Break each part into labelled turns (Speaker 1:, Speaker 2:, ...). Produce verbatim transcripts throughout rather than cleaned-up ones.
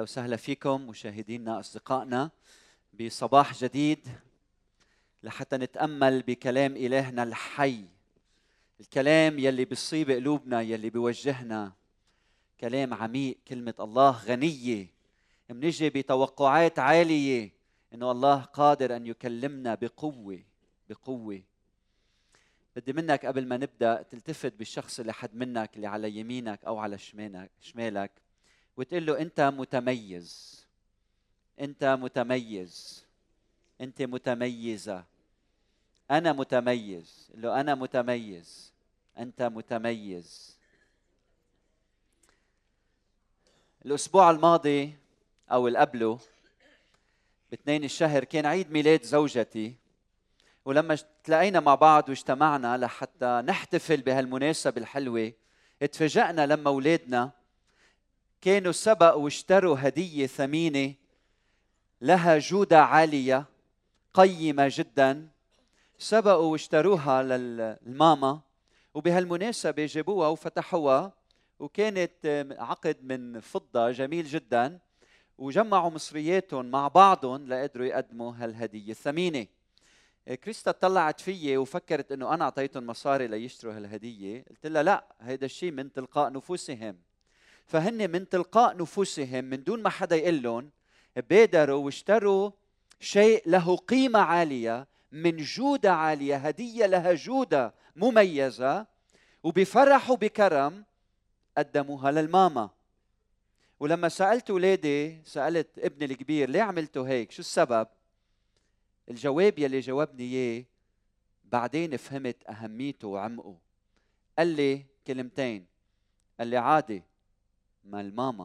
Speaker 1: أهلا وسهلا فيكم مشاهدينا أصدقائنا بصباح جديد لحتى نتأمل بكلام إلهنا الحي، الكلام يلي بيصيب قلوبنا، يلي بيوجهنا، كلام عميق. كلمة الله غنية، منجي بتوقعات عالية إنه الله قادر أن يكلمنا بقوة بقوة. بدي منك قبل ما نبدأ تلتفت بالشخص اللي حد منك اللي على يمينك أو على شمالك شمالك وتقول له أنت متميز، أنت متميز، أنت متميزة، أنا متميز. قل له أنا متميز، أنت متميز. الأسبوع الماضي أو اللي قبله باثنين الشهر كان عيد ميلاد زوجتي، ولما تلاقينا مع بعض واجتمعنا لحتى نحتفل بهالمناسبة الحلوة اتفاجأنا لما أولادنا كانوا سبقوا واشتروا هدية ثمينة لها جودة عالية قيمة جدا، سبقوا واشتروها للماما، وبهالمناسبة جابوها وفتحوها، وكانت عقد من فضة جميل جدا، وجمعوا مصرياتهم مع بعضهم لقدروا يقدموا هالهدية الثمينة. كريستا طلعت فيي وفكرت انه انا اعطيتهم مصاري ليشتروا هالهدية. قلت لها لا، هيدا الشيء من تلقاء نفوسهم، فهن من تلقاء نفوسهم من دون ما حدا يقول لهم بادروا واشتروا شيء له قيمة عالية من جودة عالية، هدية لها جودة مميزة، وبفرح وبكرم قدموها للماما. ولما سألت أولادي، سألت ابني الكبير ليه عملتوا هيك، شو السبب؟ الجواب يلي جاوبني إياه بعدين فهمت أهميته وعمقه. قال لي كلمتين، قال لي عادي ما الماما،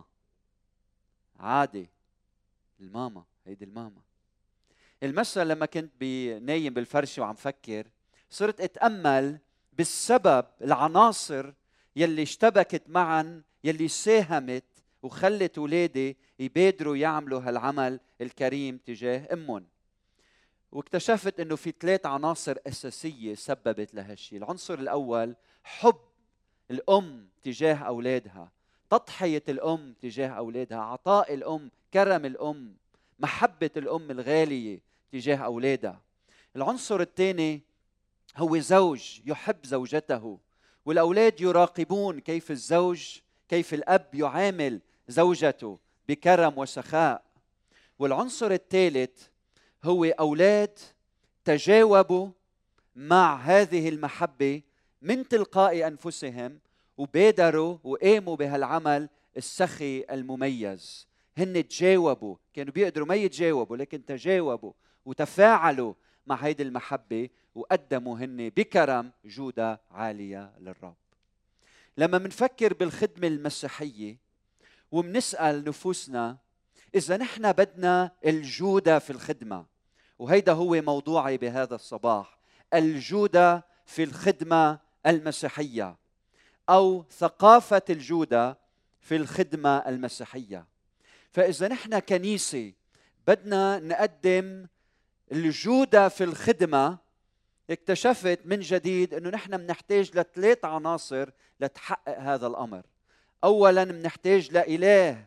Speaker 1: عادي الماما، هيدي الماما. المثل لما كنت نايم بالفرشة وعم فكر صرت أتأمل بالسبب، العناصر يلي اشتبكت معا يلي ساهمت وخلت أولادي يبادروا يعملوا هالعمل الكريم تجاه أمهم. واكتشفت أنه في ثلاث عناصر أساسية سببت لهالشيء. العنصر الأول حب الأم تجاه أولادها، تضحية الأم تجاه أولادها، عطاء الأم، كرم الأم، محبة الأم الغالية تجاه أولادها. العنصر الثاني هو زوج يحب زوجته، والأولاد يراقبون كيف الزوج، كيف الأب يعامل زوجته بكرم وسخاء. والعنصر الثالث هو أولاد تجاوبوا مع هذه المحبة من تلقاء أنفسهم وبادروا وقاموا بهالعمل السخي المميز. هن تجاوبوا، كانوا بيقدروا ما يتجاوبوا لكن تجاوبوا وتفاعلوا مع هيدي المحبة وقدموا هن بكرم جودة عالية للرب. لما منفكر بالخدمة المسيحية ومنسأل نفوسنا إذا نحن بدنا الجودة في الخدمة، وهيدا هو موضوعي بهذا الصباح، الجودة في الخدمة المسيحية أو ثقافة الجودة في الخدمة المسيحية. فإذا نحن كنيسة بدنا نقدم الجودة في الخدمة، اكتشفت من جديد أنه نحن بنحتاج لثلاث عناصر لتحقق هذا الأمر. أولاً بنحتاج لإله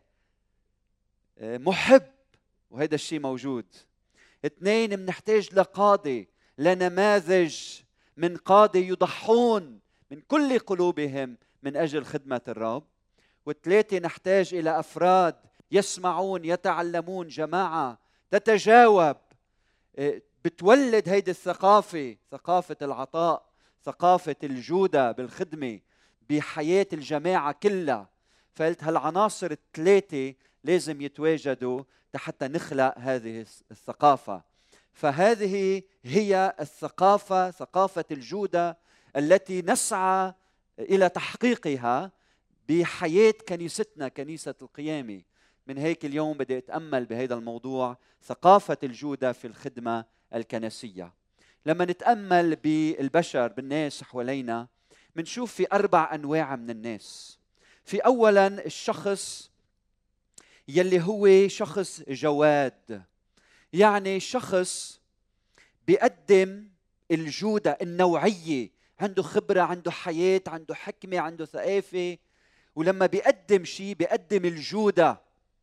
Speaker 1: محب، وهذا الشيء موجود. اثنين بنحتاج لقادة، لنماذج من قادة يضحون من كل قلوبهم من أجل خدمة الرب. وثلاثة نحتاج إلى أفراد يسمعون، يتعلمون، جماعة تتجاوب بتولد هيدي الثقافة، ثقافة العطاء، ثقافة الجودة بالخدمة بحياة الجماعة كلها. فقلت هالعناصر الثلاثة لازم يتواجدوا حتى نخلق هذه الثقافة. فهذه هي الثقافة، ثقافة الجودة التي نسعى إلى تحقيقها بحياة كنيستنا، كنيسة القيامة. من هيك اليوم بدي أتأمل بهذا الموضوع، ثقافة الجودة في الخدمة الكنسية. لما نتأمل بالبشر، بالناس حوالينا، منشوف في أربع أنواع من الناس. في أولاً الشخص يلي هو شخص جواد، يعني شخص بيقدم الجودة النوعية، عنده خبرة، عنده حياة، عنده حكمة، عنده ثقافة، ولما بيقدم شيء بيقدم الجودة.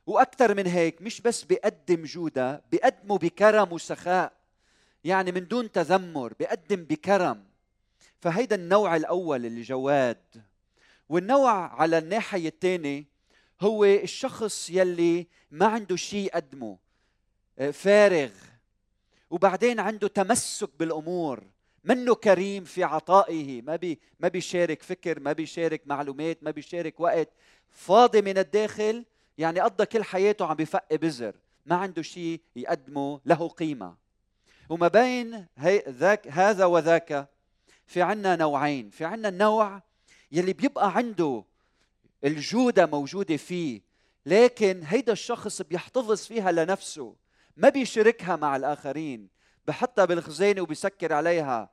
Speaker 1: وأكثر من هيك مش بس بيقدم جودة، بيقدمه بكرم وسخاء، يعني من دون تذمر، بيقدم بكرم. فهيدا النوع الأول اللي جواد. والنوع على الناحية الثانية هو الشخص يلي ما عنده شيء يقدمه، فارغ، وبعدين عنده تمسك بالأمور، منه كريم في عطائه، ما بي ما بيشارك فكر، ما بيشارك معلومات، ما بيشارك وقت، فاضي من الداخل، يعني قضى كل حياته عم بفق بزر، ما عنده شيء يقدمه له قيمة. وما بين هي ذاك هذا وذاك في عنا نوعين. في عنا النوع يلي بيبقى عنده الجودة موجودة فيه، لكن هيدا الشخص بيحتفظ فيها لنفسه، ما بيشاركها مع الآخرين، بحطها بالخزانة وبيسكر عليها،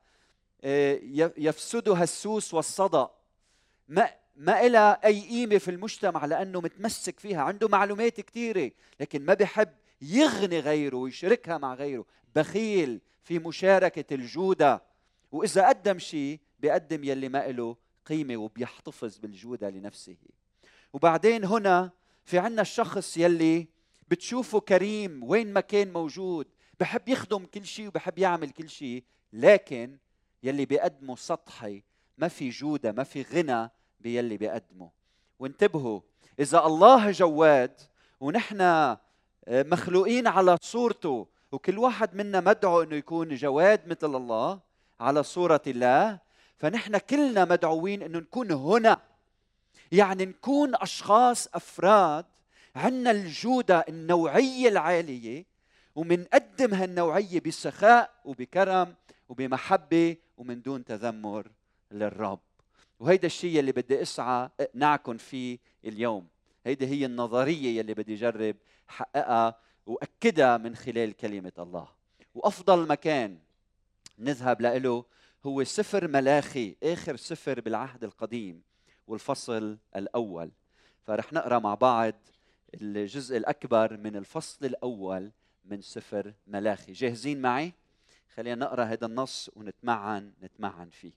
Speaker 1: يفسدها السوس والصدأ، ما ما إلها أي قيمة في المجتمع لأنه متمسك فيها، عنده معلومات كثيرة لكن ما بيحب يغني غيره ويشاركها مع غيره، بخيل في مشاركة الجودة، وإذا قدم شيء بيقدم يلي ما له قيمة وبيحتفظ بالجودة لنفسه. وبعدين هنا في عنا الشخص يلي بتشوفه كريم وين ما كان موجود، بحب يخدم كل شيء وبحب يعمل كل شيء، لكن يلي بيقدمه سطحي، ما في جودة، ما في غنى بيلي بيقدمه. وانتبهوا، إذا الله جواد ونحن مخلوقين على صورته، وكل واحد منا مدعو أنه يكون جواد مثل الله على صورة الله، فنحن كلنا مدعوين أنه نكون هنا، يعني نكون أشخاص أفراد عنا الجودة النوعية العالية، ومنقدم هالنوعية بسخاء وبكرم وبمحبة ومن دون تذمر للرب. وهيدا الشيء اللي بدي أسعى أقنعكم فيه اليوم. هيدا هي النظرية اللي بدي جرب حققها وأكدها من خلال كلمة الله. وأفضل مكان نذهب له هو سفر ملاخي، آخر سفر بالعهد القديم والفصل الأول. فرح نقرأ مع بعض الجزء الأكبر من الفصل الأول من سفر ملاخي. جاهزين معي؟ خلينا نقرأ هذا النص ونتمعن نتمعن فيه.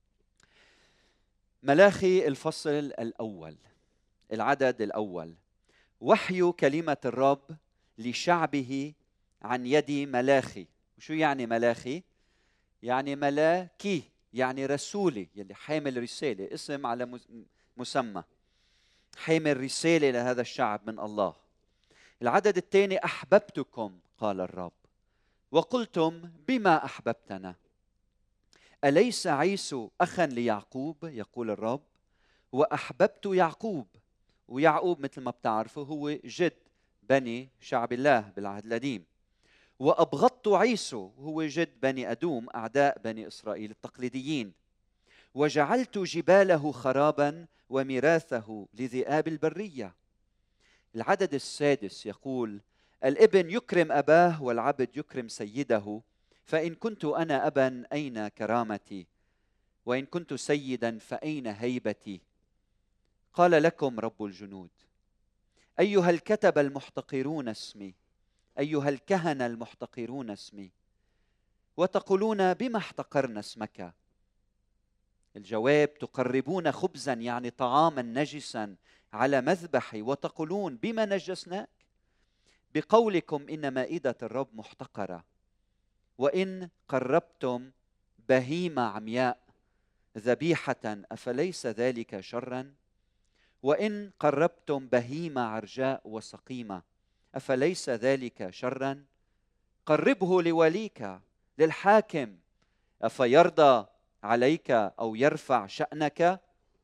Speaker 1: ملاخي الفصل الأول، العدد الأول. وحي كلمة الرب لشعبه عن يد ملاخي. وشو يعني ملاخي؟ يعني ملاكي، يعني رسولي، يلي حامل رسالة، اسم على مسمى، حامل رسالة لهذا الشعب من الله. العدد الثاني: أحببتكم قال الرب وقلتم بما أحببتنا؟ أليس عيسو أخا ليعقوب يقول الرب؟ وأحببت يعقوب. ويعقوب مثل ما بتعرفوا هو جد بني شعب الله بالعهد القديم. وأبغضت عيسو هو جد بني أدوم أعداء بني إسرائيل التقليديين. وجعلت جباله خرابا وميراثه لذئاب البرية. العدد السادس يقول: الابن يكرم أباه والعبد يكرم سيده، فإن كنت أنا أبا أين كرامتي؟ وإن كنت سيدا فأين هيبتي؟ قال لكم رب الجنود: أيها الكتبة المحتقرون اسمي، أيها الكهنة المحتقرون اسمي، وتقولون بما احتقرنا اسمك؟ الجواب: تقربون خبزا يعني طعاما نجسا على مذبحي وتقولون بما نجسناك؟ بقولكم إن مائدة الرب محتقرة. وإن قربتم بهيمة عمياء ذبيحة أفليس ذلك شرا؟ وإن قربتم بهيمة عرجاء وسقيمة أفليس ذلك شرا؟ قربه لوليك للحاكم أفيرضى عليك أو يرفع شأنك؟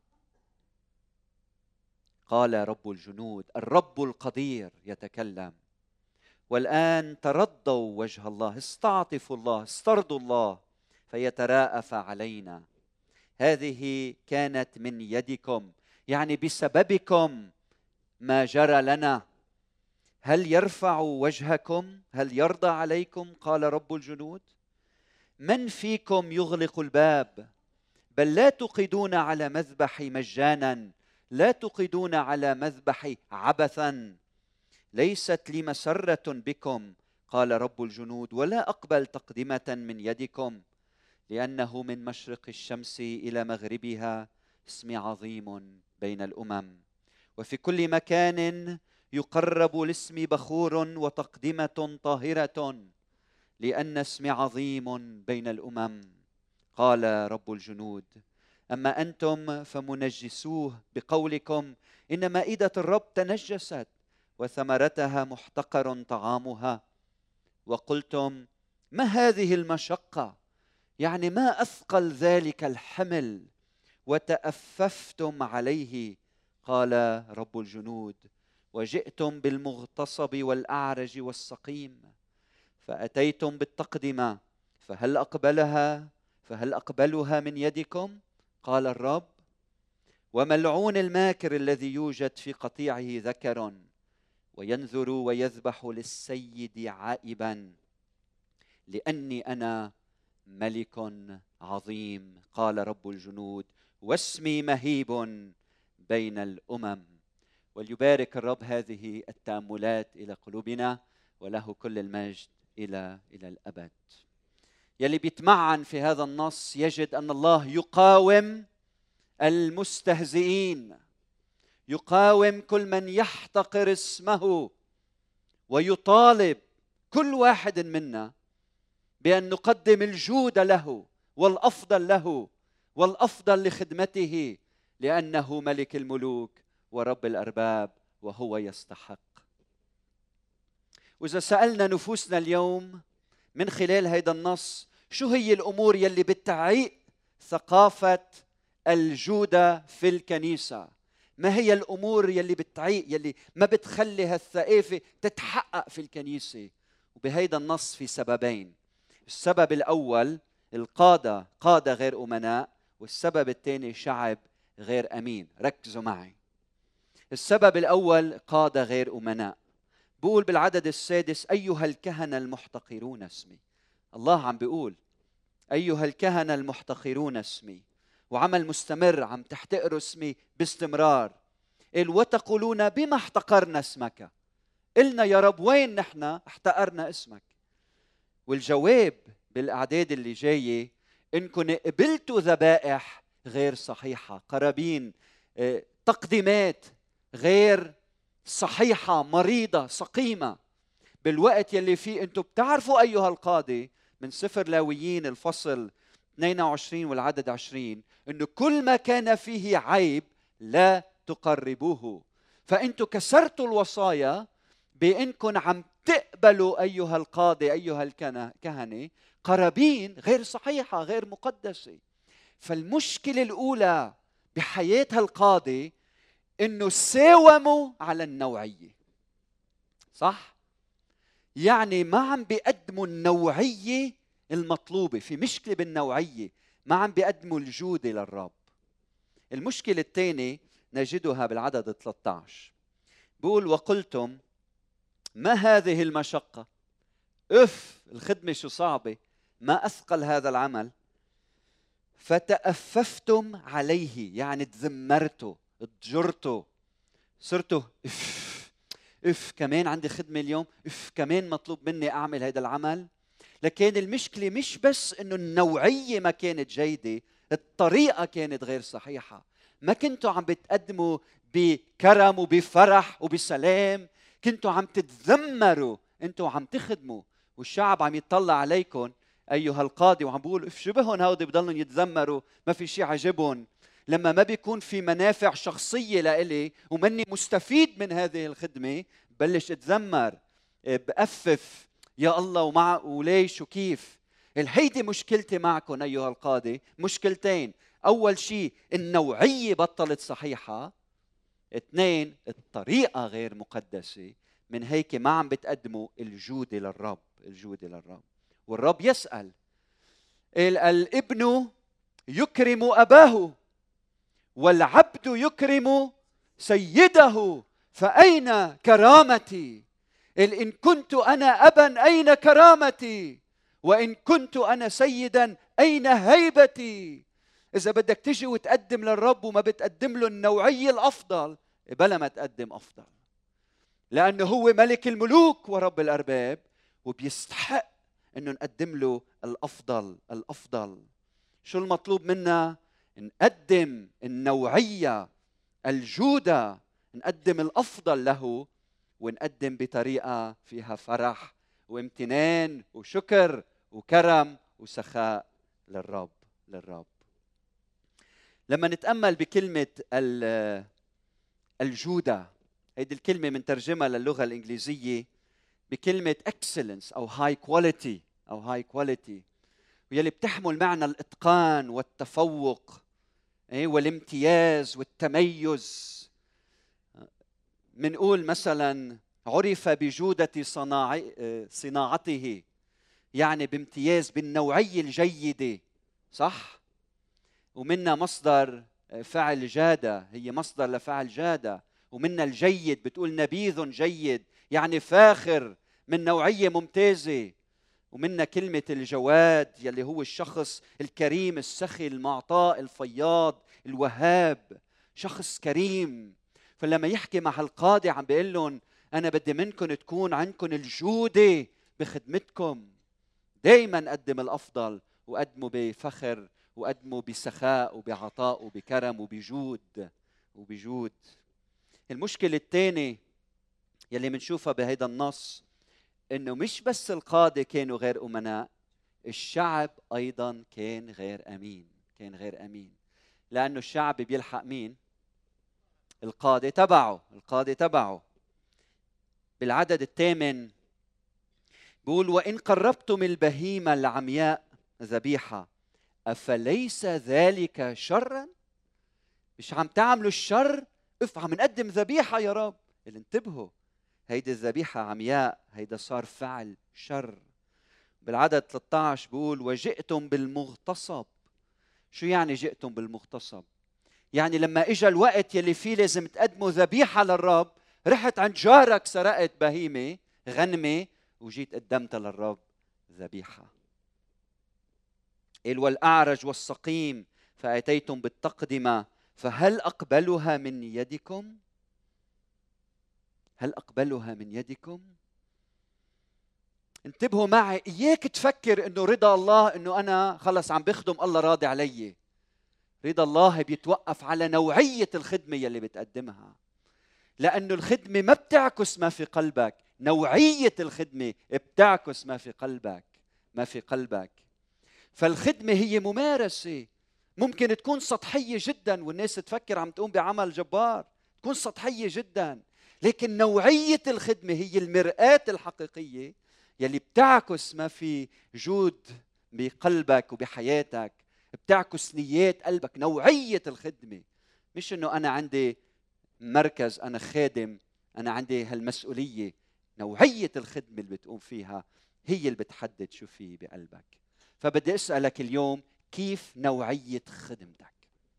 Speaker 1: قال رب الجنود: الرب القدير يتكلم. والآن ترضوا وجه الله، استعطفوا الله، استرضوا الله فيتراءف علينا. هذه كانت من يدكم، يعني بسببكم ما جرى لنا. هل يرفع وجهكم؟ هل يرضى عليكم؟ قال رب الجنود. من فيكم يغلق الباب؟ بل لا تقيدون على مذبحي مجانا، لا تقيدون على مذبحي عبثا. ليست لي مسرة بكم قال رب الجنود، ولا أقبل تقدمة من يدكم، لأنه من مشرق الشمس إلى مغربها اسمي عظيم بين الأمم، وفي كل مكان يقرب لاسمي بخور وتقدمة طاهرة، لأن اسمي عظيم بين الأمم، قال رب الجنود. أما أنتم فمنجسوه بقولكم إن مائدة الرب تنجست وثمرتها محتقر طعامها. وقلتم ما هذه المشقة، يعني ما أثقل ذلك الحمل، وتأففتم عليه، قال رب الجنود. وجئتم بالمغتصب والأعرج والسقيم، فأتيتم بالتقدمة، فهل أقبلها فهل أقبلها من يدكم، قال الرب. وملعون الماكر الذي يوجد في قطيعه ذكر، وينذر ويذبح للسيد عائبا، لأني أنا ملك عظيم، قال رب الجنود، واسمي مهيب بين الأمم. وليبارك الرب هذه التأملات إلى قلوبنا، وله كل المجد إلى إلى الأبد. يلي بيتمعن في هذا النص يجد أن الله يقاوم المستهزئين، يقاوم كل من يحتقر اسمه، ويطالب كل واحد منا بأن نقدم الجود له والأفضل له والأفضل لخدمته، لأنه ملك الملوك ورب الأرباب وهو يستحق. وإذا سألنا نفوسنا اليوم من خلال هذا النص شو هي الأمور يلي بتعيق ثقافة الجودة في الكنيسة، ما هي الأمور يلي بتعيق يلي ما بتخلي هالثقافة تتحقق في الكنيسة، وبهيدا النص في سببين. السبب الأول القادة قادة غير أمناء، والسبب الثاني شعب غير أمين. ركزوا معي. السبب الأول قادة غير أمناء. بقول بالعدد السادس أيها الكهنة المحتقرون اسمي. الله عم بيقول أيها الكهنة المحتقرون اسمي، وعمل مستمر عم تحتقروا اسمي باستمرار. قال وتقولون بما احتقرنا اسمك. قلنا يا رب وين نحن احتقرنا اسمك؟ والجواب بالأعداد اللي جاية إنكم قبلتوا ذبائح غير صحيحة، قرابين، تقديمات غير صحيحة، مريضة، سقيمة، بالوقت يلي فيه أنتم بتعرفوا أيها القاضي من سفر لاويين الفصل اثنين وعشرين والعدد عشرين إنه كل ما كان فيه عيب لا تقربوه. فأنتم كسرتوا الوصايا بأنكم عم تقبلوا أيها القاضي أيها الكهنة قرابين غير صحيحة غير مقدسة. فالمشكلة الأولى بحياة القاضي إنه ساوموا على النوعية، صح؟ يعني ما عم بيقدموا النوعية المطلوبة، في مشكلة بالنوعية، ما عم بيقدموا الجودة للرب. المشكلة الثانية نجدها بالعدد ثلاثة عشر، بقول وقلتم ما هذه المشقة، اف الخدمة شو صعبة، ما أثقل هذا العمل، فتأففتم عليه، يعني تذمرتوا تجرتوا، صرتوا اف اف كمان عندي خدمة اليوم، اف كمان مطلوب مني أعمل هذا العمل. لكن المشكلة مش بس إنه النوعية ما كانت جيدة، الطريقة كانت غير صحيحة. ما كنتوا عم بتقدموا بكرم وبفرح وبسلام، كنتوا عم تتذمروا، انتوا عم تخدموا والشعب عم يطلع عليكم أيها القاضي وعم بيقول اف شبهن هودي بضلن يتذمروا، ما في شيء عجبهم. لما ما بيكون في منافع شخصية لإلي ومني مستفيد من هذه الخدمة بلش اتذمر، بأفف يا الله ومع وليش وكيف. الهيدي مشكلتي معكم أيها القاضي، مشكلتين. أول شيء النوعية بطلت صحيحة، اثنين الطريقة غير مقدسة، من هيك ما عم بتقدموا الجودة للرب، الجودة للرب. والرب يسأل الابن يكرم أباه والعبد يكرم سيده، فأين كرامتي؟ إن كنت أنا أبا أين كرامتي؟ وإن كنت أنا سيدا أين هيبتي؟ إذا بدك تجي وتقدم للرب وما بتقدم له النوعية الأفضل، بلا ما تقدم أفضل، لأنه هو ملك الملوك ورب الأرباب وبيستحق أنه نقدم له الأفضل. الأفضل شو المطلوب منا؟ نقدم النوعية، الجودة، نقدم الأفضل له ونقدم بطريقة فيها فرح وامتنان وشكر وكرم وسخاء للرب للرب. لما نتأمل بكلمة الجودة، هذه الكلمة منترجمة للغة الإنجليزية بكلمة excellence أو high quality أو high quality، ويلي بتحمل معنى الإتقان والتفوق والامتياز والتميز. منقول مثلا عرف بجودة صناعته، يعني بامتياز بالنوعية الجيدة، صح؟ ومنا مصدر فعل جادة، هي مصدر لفعل جادة، ومنا الجيد بتقول نبيذ جيد، يعني فاخر من نوعية ممتازة. ومنا كلمة الجواد يلي هو الشخص الكريم السخي المعطاء الفياض الوهاب، شخص كريم. فلما يحكي مع القاضي عم بيقول لهم أنا بدي منكم تكون عندكم الجودة بخدمتكم، دايما قدم الأفضل وقدموا بفخر وقدموا بسخاء وبعطاء وبكرم وبجود وبجود. المشكلة الثانية يلي منشوفها بهيدا النص إنه مش بس القادة كانوا غير أمناء، الشعب أيضا كان غير أمين، كان غير أمين. لأنه الشعب بيلحق مين؟ القادة تبعه، القادة تبعه. بالعدد الثامن بيقول وإن قربتم البهيمة العمياء ذبيحة أفليس ذلك شرا؟ مش عم تعملوا الشر؟ اف عم نقدم ذبيحة يا رب. اللي انتبهوا، هيدي الذبيحة عمياء، هيدا صار فعل شر. بالعدد ثلاثة عشر بيقول وجئتم بالمغتصب. شو يعني جئتم بالمغتصب؟ يعني لما اجى الوقت يلي فيه لازم تقدموا ذبيحة للرب، رحت عند جارك سرقت بهيمة غنمة وجيت قدمتها للرب ذبيحة. قال والأعرج والسقيم فأتيتم بالتقدمة فهل أقبلها من يدكم؟ هل أقبلها من يدكم؟ انتبهوا معي، إياك تفكر إنه رضا الله إنه أنا خلص عم بخدم الله راضي علي. رضا الله بيتوقف على نوعية الخدمة يلي بتقدمها، لأنه الخدمة ما بتعكس ما في قلبك، نوعية الخدمة بتعكس ما في قلبك، ما في قلبك. فالخدمة هي ممارسة، ممكن تكون سطحية جدا والناس تفكر عم تقوم بعمل جبار، تكون سطحية جدا، لكن نوعية الخدمة هي المرآة الحقيقية يلي بتعكس ما في جود بقلبك وبحياتك، بتعكس نيات قلبك. نوعية الخدمة، مش انه انا عندي مركز، انا خادم، انا عندي هالمسؤولية. نوعية الخدمة اللي بتقوم فيها هي اللي بتحدد شو في بقلبك. فبدي اسألك اليوم كيف نوعية خدمتك؟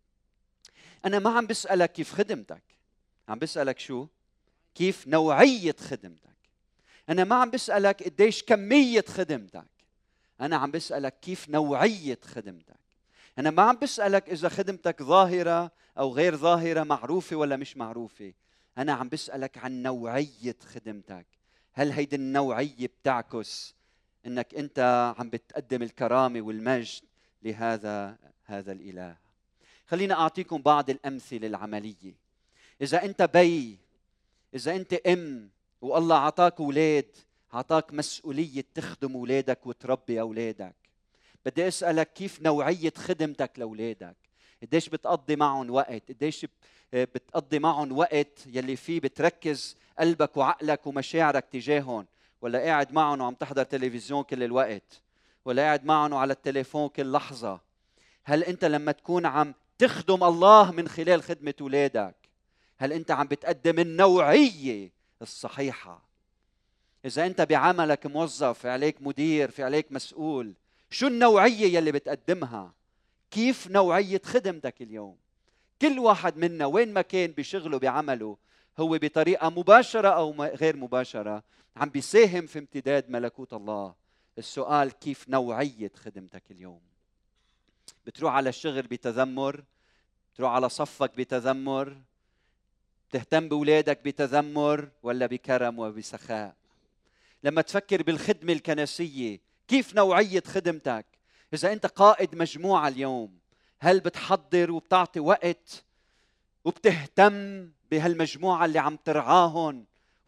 Speaker 1: انا ما عم بسألك كيف خدمتك، عم بسألك شو؟ كيف نوعية خدمتك. أنا ما عم بسألك قديش كمية خدمتك، أنا عم بسألك كيف نوعية خدمتك. أنا ما عم بسألك إذا خدمتك ظاهرة أو غير ظاهرة، معروفة ولا مش معروفة. أنا عم بسألك عن نوعية خدمتك. هل هيدي النوعية بتعكس إنك أنت عم بتقدم الكرامة والمجد لهذا هذا الإله؟ خلينا أعطيكم بعض الأمثلة العملية. إذا أنت بي، إذا أنت أم والله عطاك أولاد، عطاك مسؤولية تخدم أولادك وتربي أولادك، بدي أسألك كيف نوعية خدمتك لأولادك؟ قديش بتقضي معهم وقت؟ قديش بتقضي معهم وقت يلي فيه بتركز قلبك وعقلك ومشاعرك تجاههم؟ ولا قاعد معهم وعم تحضر تلفزيون كل الوقت؟ ولا قاعد معهم وعلى التليفون كل لحظة؟ هل أنت لما تكون عم تخدم الله من خلال خدمة أولادك، هل أنت عم بتقدم النوعية الصحيحة؟ إذا أنت بعملك موظف، في عليك مدير، في عليك مسؤول، شو النوعية يلي بتقدمها؟ كيف نوعية خدمتك اليوم؟ كل واحد منا وين ما كان بشغله بعمله، هو بطريقة مباشرة أو غير مباشرة عم بيساهم في امتداد ملكوت الله. السؤال كيف نوعية خدمتك اليوم؟ بتروح على الشغل بتذمر؟ بتروح على صفك بتذمر؟ بتهتم بأولادك بتذمر ولا بكرم وبسخاء؟ لما تفكر بالخدمة الكنسية، كيف نوعية خدمتك؟ إذا أنت قائد مجموعة اليوم، هل بتحضر وبتعطي وقت وبتهتم بهالمجموعة اللي عم ترعاهم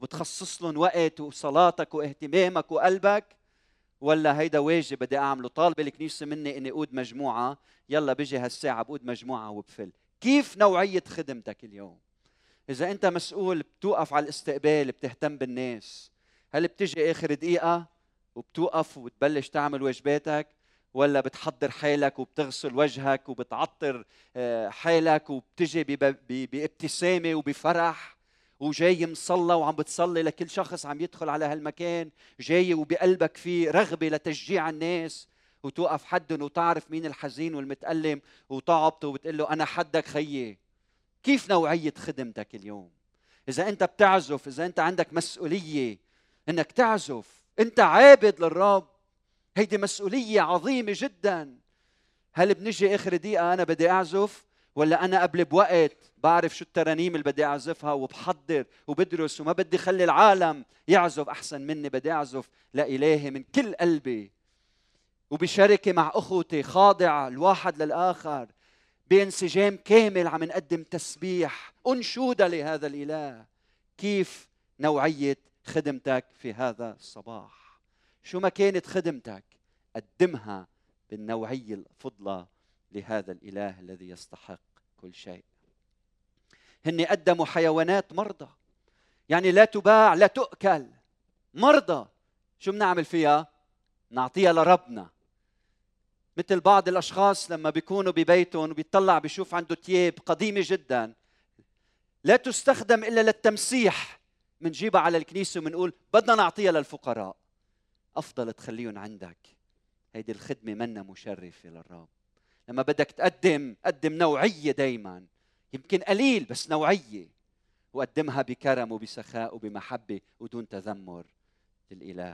Speaker 1: وبتخصص لهم وقت وصلاتك واهتمامك وقلبك، ولا هيدا واجب بدي اعمله؟ طالب الكنيسه مني اني اقود مجموعه، يلا بيجي هالساعه بقود مجموعه وبفل. كيف نوعيه خدمتك اليوم؟ اذا انت مسؤول بتوقف على الاستقبال، بتهتم بالناس، هل بتجي اخر دقيقه وبتوقف وبتبلش تعمل واجباتك، ولا بتحضر حالك وبتغسل وجهك وبتعطر حالك وبتجي بابتسامه وبفرح وجاي مصلى وعم بتصلي لكل شخص عم يدخل على هالمكان، جاي وبقلبك في رغبه لتشجيع الناس وتوقف حدهم وتعرف مين الحزين والمتألم وتعبط وبتقول له انا حدك خيي؟ كيف نوعيه خدمتك اليوم؟ اذا انت بتعزف، اذا انت عندك مسؤوليه انك تعزف، انت عابد للرب، هيدي مسؤوليه عظيمه جدا. هل بنجي اخر دقيقه انا بدي اعزف، ولا انا قبل بوقت بعرف شو الترانيم اللي بدي اعزفها وبحضر وبدرس وما بدي خلي العالم يعزف احسن مني، بدي اعزف لإلهي من كل قلبي وبشركه مع اخوتي، خاضع الواحد للاخر بانسجام كامل، عم نقدم تسبيح انشوده لهذا الاله. كيف نوعيه خدمتك في هذا الصباح؟ شو ما كانت خدمتك قدمها بالنوعيه الفضلى لهذا الاله الذي يستحق كل شيء. هن قدموا حيوانات مرضى، يعني لا تباع لا تؤكل، مرضى، شو بنعمل فيها؟ نعطيها لربنا. مثل بعض الاشخاص لما بيكونوا ببيتهم وبيطلع بيشوف عنده ثياب قديمه جدا لا تستخدم الا للتمسيح، منجيبها على الكنيسه ومنقول بدنا نعطيها للفقراء. افضل تخليهم عندك، هيدي الخدمه منا مشرفه للرب. لما بدك تقدم قدم نوعيه دايما، يمكن قليل بس نوعيه، وقدمها بكرم وبسخاء وبمحبه ودون تذمر للاله.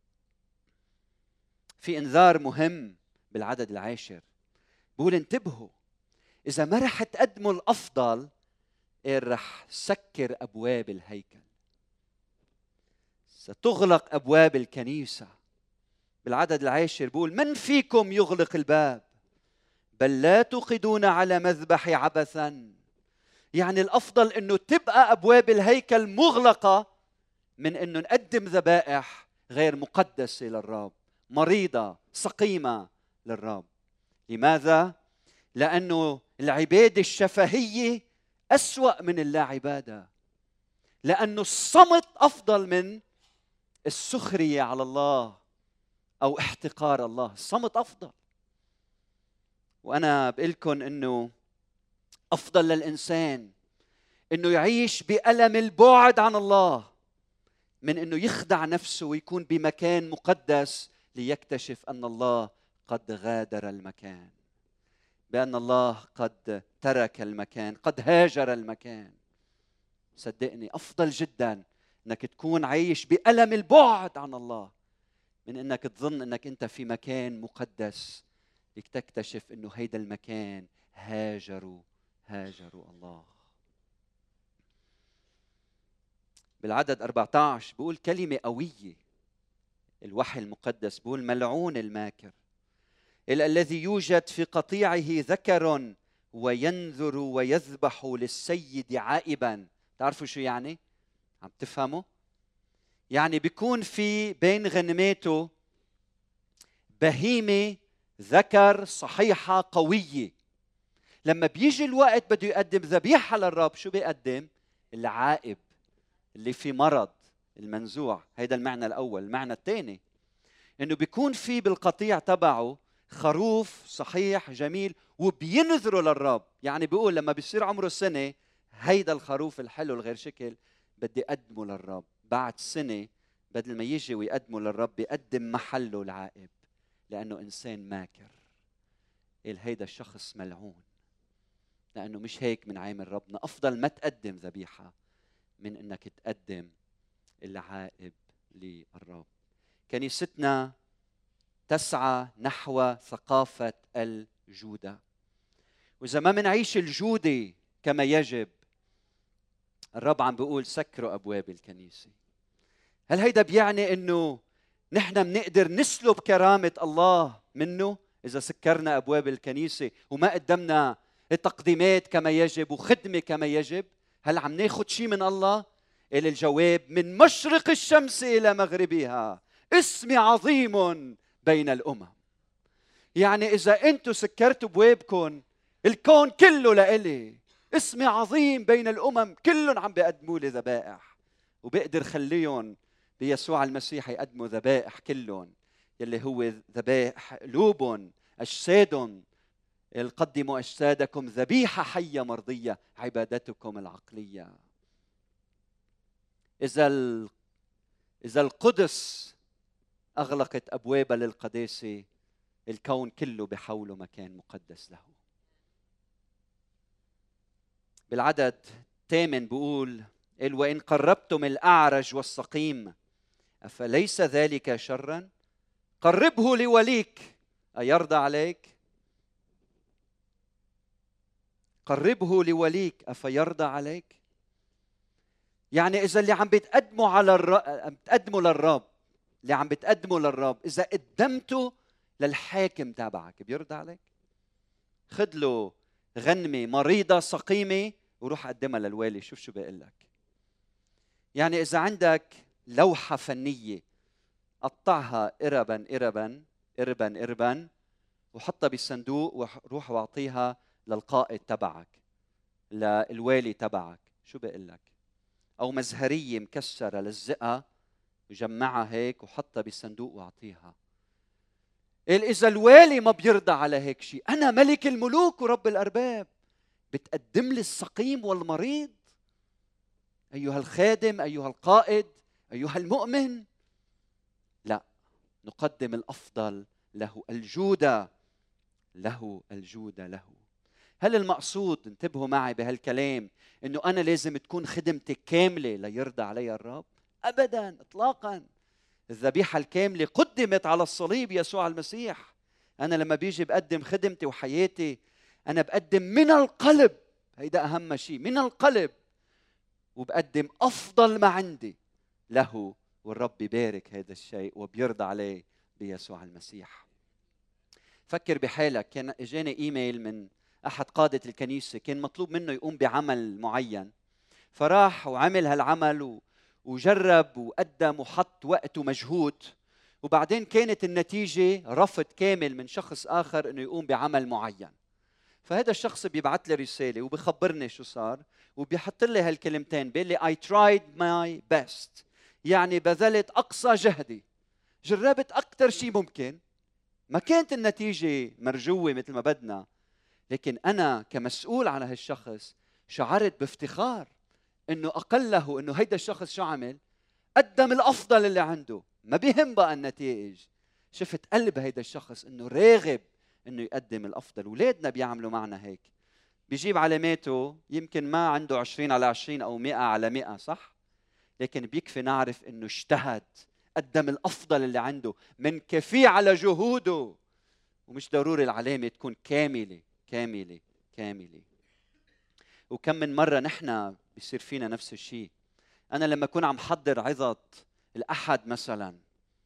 Speaker 1: في انذار مهم بالعدد العاشر، بقول انتبهوا، اذا ما رح تقدموا الافضل رح سكر ابواب الهيكل، ستغلق ابواب الكنيسه. بالعدد العاشر بقول من فيكم يغلق الباب بل لا توقدون على مذبح عبثا. يعني الافضل انه تبقى ابواب الهيكل مغلقه من انه نقدم ذبائح غير مقدسه للرب، مريضه سقيمه للرب. لماذا؟ لانه العباده الشفهيه اسوأ من اللا عباده، لانه الصمت افضل من السخريه على الله او احتقار الله. الصمت افضل. وانا بقول لكم انه افضل للانسان انه يعيش بألم البعد عن الله من انه يخدع نفسه ويكون بمكان مقدس ليكتشف ان الله قد غادر المكان، بأن الله قد ترك المكان، قد هاجر المكان. صدقني افضل جدا انك تكون عايش بألم البعد عن الله من انك تظن انك انت في مكان مقدس لتكتشف انه هيدا المكان هاجروا هاجروا الله. بالعدد أربعة عشر بقول كلمة قوية، الوحي المقدس بقول ملعون الماكر الذي يوجد في قطيعه ذكر وينذر ويذبح للسيد عائبا. تعرفوا شو يعني؟ عم تفهموا؟ يعني بيكون في بين غنماته بهيمة ذكر صحيحة قوية، لما بيجي الوقت بده يقدم ذبيحة للرب شو بيقدم؟ العائب اللي في مرض، المنزوع. هيدا المعنى الأول. المعنى الثاني إنه بيكون في بالقطيع تبعه خروف صحيح جميل وبينذره للرب. يعني بيقول لما بيصير عمره سنة هيدا الخروف الحلو الغير شكل بدي أقدمه للرب. بعد سنة بدل ما يجي ويقدمه للرب بيقدم محله العائب لأنه إنسان ماكر. قال هيدا الشخص ملعون، لأنه مش هيك من عامل ربنا. أفضل ما تقدم ذبيحة من أنك تقدم العائب للرب. كنيستنا تسعى نحو ثقافة الجودة، وإذا ما منعيش الجودة كما يجب الرب عم بيقول سكروا أبواب الكنيسة. هل هيدا بيعني أنه نحن منقدر نسلب كرامة الله منه إذا سكرنا أبواب الكنيسة وما قدمنا التقديمات كما يجب وخدمة كما يجب؟ هل عم ناخد شيء من الله؟ قال الجواب: من مشرق الشمس إلى مغربها اسمي عظيم بين الأمم. يعني إذا أنتوا سكرتوا بوابكم الكون كله لإلي، اسمي عظيم بين الأمم، كلهم عم بيقدموا لي ذبائح، وبقدر خليهم بيسوع المسيح يقدموا ذبائح كلهم، يلي هو ذبائح قلوبهم أجسادهم. قدموا أجسادكم ذبيحة حية مرضية عبادتكم العقلية. إذا إذا القدس أغلقت أبوابها للقداسة، الكون كله بحوله مكان مقدس له. بالعدد الثامن بقول: قال: وإن قربتم الأعرج والسقيم أفليس ذلك شرا؟ قربه لوليك أيرضى عليك؟ قربه لوليك أفيرضى عليك؟ يعني إذا اللي عم بتقدموا على الرب، بتقدموا للرب، اللي عم بتقدموا للرب، إذا قدمته للحاكم تبعك بيرضى عليك؟ خذ له غنمة مريضة سقيمة وروح قدمها للوالي، شوف شو بيقول لك. يعني إذا عندك لوحة فنية قطعها إربا إربا إربا إربا وحطها بالصندوق وروح واعطيها للقائد تبعك، للوالي تبعك، شو بيقول لك؟ أو مزهرية مكسرة لزقها وجمعها هيك وحطها بالصندوق واعطيها. إذا الوالي ما بيرضى على هيك شيء، أنا ملك الملوك ورب الأرباب، بتقدم لي السقيم والمريض؟ أيها الخادم، أيها القائد، أيها المؤمن، لا، نقدم الأفضل له، الجودة له، الجودة له. هل المقصود، انتبهوا معي بهالكلام، إنه أنا لازم تكون خدمتي كاملة ليرضى علي الرب؟ أبداً إطلاقاً. الذبيحة الكاملة قدمت على الصليب يسوع المسيح. أنا لما بيجي بقدم خدمتي وحياتي أنا بقدم من القلب، هيدا أهم شيء، من القلب، وبقدم أفضل ما عندي له، والرب يبارك هذا الشيء وبيرضى عليه بيسوع المسيح. فكر بحالك، كان اجاني ايميل من احد قادة الكنيسة، كان مطلوب منه يقوم بعمل معين، فراح وعمل هالعمل وجرب وقدم وحط وقت ومجهود، وبعدين كانت النتيجة رفض كامل من شخص آخر انه يقوم بعمل معين. فهذا الشخص بيبعث لي رسالة وبيخبرني شو صار، وبيحط لي هالكلمتين، بيقول لي I tried my best، يعني بذلت أقصى جهدي، جربت أكثر شيء ممكن، ما كانت النتيجة مرجوة مثل ما بدنا، لكن أنا كمسؤول عن هالشخص شعرت بافتخار إنه أقله إنه هيدا الشخص شو عمل؟ قدم الأفضل اللي عنده، ما بيهم بقى النتائج. شفت قلب هيدا الشخص إنه راغب إنه يقدم الأفضل. أولادنا بيعملوا معنا هيك، بيجيب علاماته يمكن ما عنده عشرين على عشرين أو مئة على مئة، صح؟ لكن بيكفي نعرف إنه اجتهد، قدم الأفضل اللي عنده، من كفيه على جهوده، ومش ضروري العلامة تكون كاملة كاملة كاملة. وكم من مرة نحن بيصير فينا نفس الشيء. أنا لما أكون عم حضر عظة الأحد مثلا،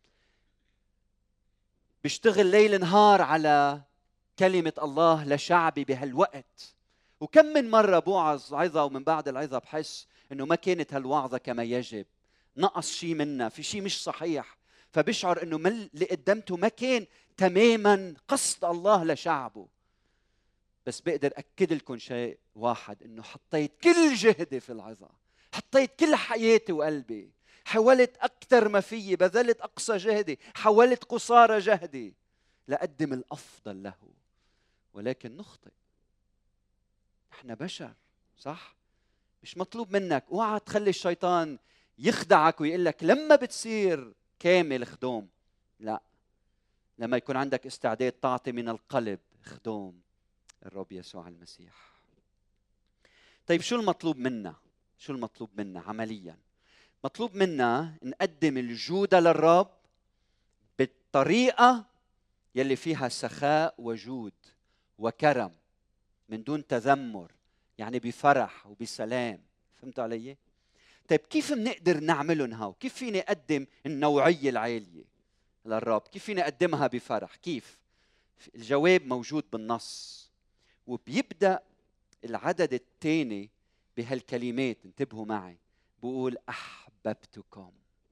Speaker 1: بشتغل ليل نهار على كلمة الله لشعبي بهالوقت، وكم من مرة بوعظ عظة ومن بعد العظة بحس إنه ما كانت هالوعظة كما يجب، نقص شيء منها، في شيء مش صحيح، فبشعر إنه ما اللي قدمته ما كان تماماً قصد الله لشعبه. بس بقدر أكد لكم شيء واحد، إنه حطيت كل جهدي في العظة، حطيت كل حياتي وقلبي، حاولت أكثر ما فيي، بذلت أقصى جهدي، حاولت قصارى جهدي لأقدم الأفضل له، ولكن نخطئ. احنا بشر، صح؟ مش مطلوب منك، اوعى تخلي الشيطان يخدعك ويقول لك لما بتصير كامل خدوم. لا، لما يكون عندك استعداد تعطي من القلب خدوم الرب يسوع المسيح. طيب شو المطلوب منا؟ شو المطلوب منا عمليا؟ مطلوب منا نقدم الجودة للرب بالطريقة يلي فيها سخاء وجود وكرم، من دون تذمر، يعني بفرح وبسلام. فهمتوا علي؟ طيب كيف بنقدر نعملهم هاو؟ كيف فيني أقدم النوعية العالية للرب؟ كيف فيني أقدمها بفرح؟ كيف؟ الجواب موجود بالنص، وبيبدأ العدد الثاني بهالكلمات، انتبهوا معي، بقول أحببتكم.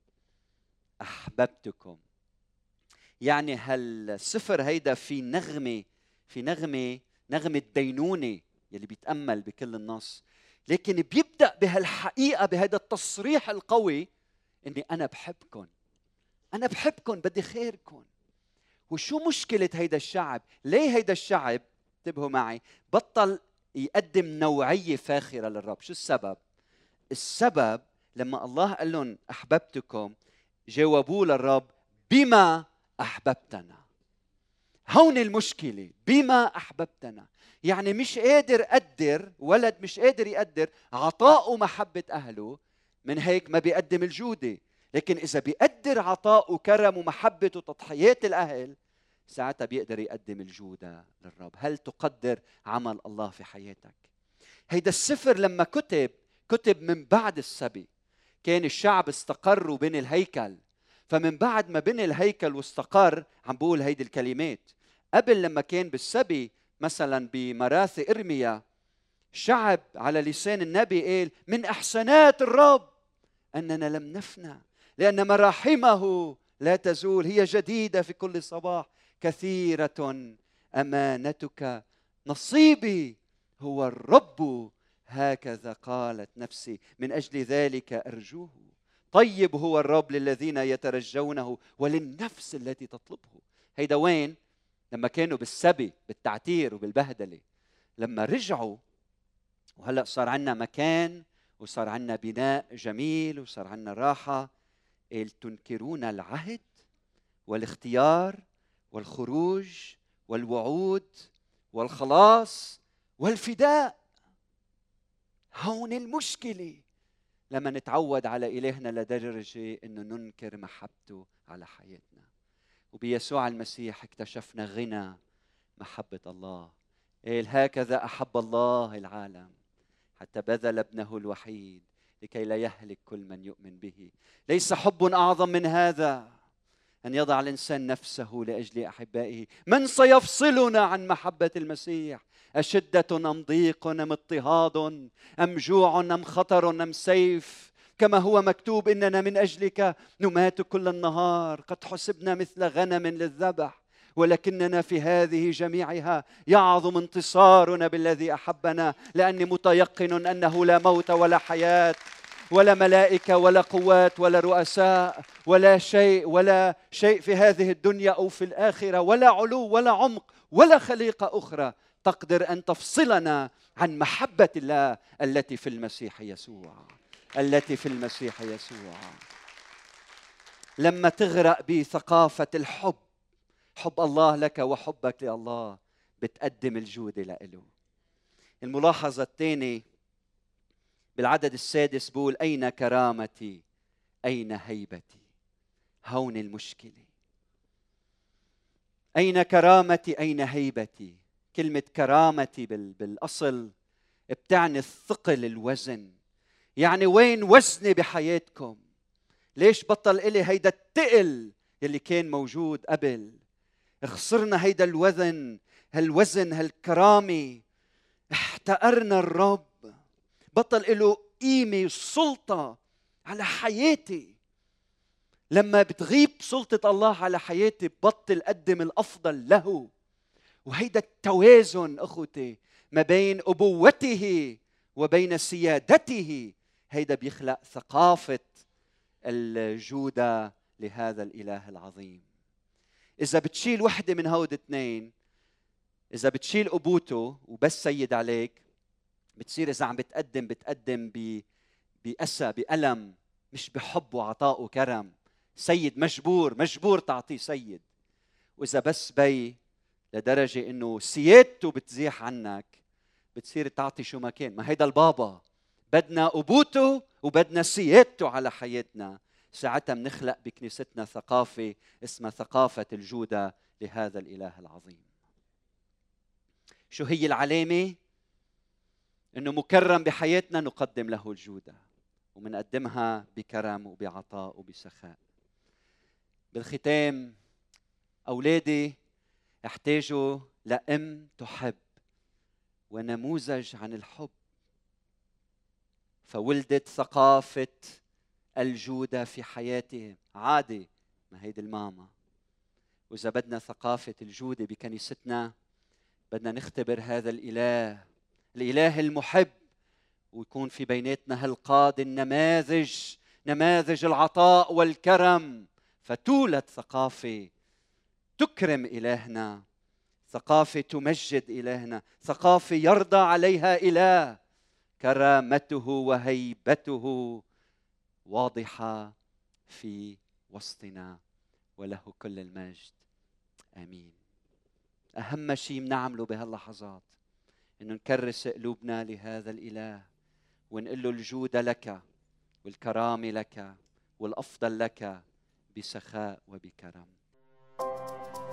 Speaker 1: أحببتكم يعني هالسفر هيدا في نغمة في نغمة نغمة دينونة يلي بيتأمل بكل النص، لكن بيبدأ بهالحقيقة، بهذا التصريح القوي إني أنا بحبكم، أنا بحبكم، بدي خيركم. وشو مشكلة هيدا الشعب؟ ليه هيدا الشعب، انتبهوا معي، بطل يقدم نوعية فاخرة للرب؟ شو السبب؟ السبب لما الله قال لهم أحببتكم، جاوبوه للرب بما أحببتنا. هون المشكلة، بما أحببتنا. يعني مش قادر أقدر، ولد مش قادر يقدر عطاء ومحبة أهله، من هيك ما بيقدم الجودة. لكن إذا بيقدر عطاء وكرم ومحبة وتضحيات الأهل، ساعتها بيقدر يقدم الجودة للرب. هل تقدر عمل الله في حياتك؟ هيدا السفر لما كتب كتب من بعد السبي، كان الشعب استقر وبني الهيكل، فمن بعد ما بني الهيكل واستقر عم بقول هيدي الكلمات. قبل لما كان بالسبي مثلا بمراثي إرميا، شعب على لسان النبي قال من أحسنات الرب أننا لم نفنى، لأن مراحمه لا تزول، هي جديدة في كل صباح، كثيرة أمانتك، نصيبي هو الرب، هكذا قالت نفسي، من أجل ذلك أرجوه. طيب هو الرب للذين يترجونه وللنفس التي تطلبه. هيدا وين؟ لما كانوا بالسبي بالتعتير وبالبهدلة. لما رجعوا وهلأ صار عنا مكان وصار عنا بناء جميل وصار عنا راحة، قال تنكرون العهد والاختيار والخروج والوعود والخلاص والفداء. هون المشكلة، لما نتعود على إلهنا لدرجة أنه ننكر محبته على حياتنا. وبيسوع المسيح اكتشفنا غنى محبة الله. قال هكذا أحب الله العالم حتى بذل ابنه الوحيد لكي لا يهلك كل من يؤمن به. ليس حب أعظم من هذا، أن يضع الإنسان نفسه لأجل أحبائه. من سيفصلنا عن محبة المسيح؟ أشدة أم ضيق أم اضطهاد أم جوع أم خطر أم سيف؟ كما هو مكتوب إننا من أجلك نمات كل النهار، قد حسبنا مثل غنم للذبح، ولكننا في هذه جميعها يعظم انتصارنا بالذي أحبنا، لأني متيقن أنه لا موت ولا حياة ولا ملائكة ولا قوات ولا رؤساء ولا شيء ولا شيء في هذه الدنيا أو في الآخرة، ولا علو ولا عمق ولا خليقة أخرى تقدر أن تفصلنا عن محبة الله التي في المسيح يسوع، التي في المسيح يسوع. لما تغرق بثقافة الحب، حب الله لك وحبك لله، بتقدم الجودة له. الملاحظة الثانية بالعدد السادس بقول أين كرامتي أين هيبتي؟ هون المشكلة. أين كرامتي أين هيبتي؟ كلمة كرامتي بالأصل بتعني الثقل، الوزن. يعني وين وزني بحياتكم؟ ليش بطل إلي هيدا التقل يلي كان موجود قبل؟ خسرنا هيدا الوزن، هالوزن هالكرامة، احتقرنا الرب، بطل إله قيمة سلطة على حياتي. لما بتغيب سلطة الله على حياتي ببطل قدم الأفضل له. وهيدا التوازن أخوتي ما بين أبوته وبين سيادته، هيدا بيخلق ثقافة الجودة لهذا الإله العظيم. إذا بتشيل وحدة من هود اثنين، إذا بتشيل أبوته وبس سيد عليك، بتصير إذا عم بتقدم بتقدم بأسى بألم، مش بحب وعطاء وكرم. سيد مجبور مجبور تعطيه سيد. وإذا بس بي لدرجة إنه سيادته بتزيح عنك، بتصير تعطي شو ما كان. ما هيدا البابا، بدنا أبوته وبدنا سيادته على حياتنا. ساعتها منخلق بكنيستنا ثقافة اسمها ثقافة الجودة لهذا الإله العظيم. شو هي العلامة؟ إنه مكرم بحياتنا نقدم له الجودة، ومنقدمها بكرم وبعطاء وبسخاء. بالختام، أولادي احتاجوا لأم تحب ونموذج عن الحب. فولدت ثقافة الجودة في حياتهم. عادي، ما هيدي الماما. وإذا بدنا ثقافة الجودة بكنيستنا بدنا نختبر هذا الإله، الإله المحب، ويكون في بيناتنا هالقادة النماذج، نماذج العطاء والكرم، فتولد ثقافة تكرم إلهنا، ثقافة تمجد إلهنا، ثقافة يرضى عليها إله، كرامته وهيبته واضحة في وسطنا، وله كل المجد. آمين. أهم شيء بنعمله بهاللحظات إنه نكرس قلوبنا لهذا الإله ونقول له الجود لك والكرامة لك والأفضل لك بسخاء وبكرم.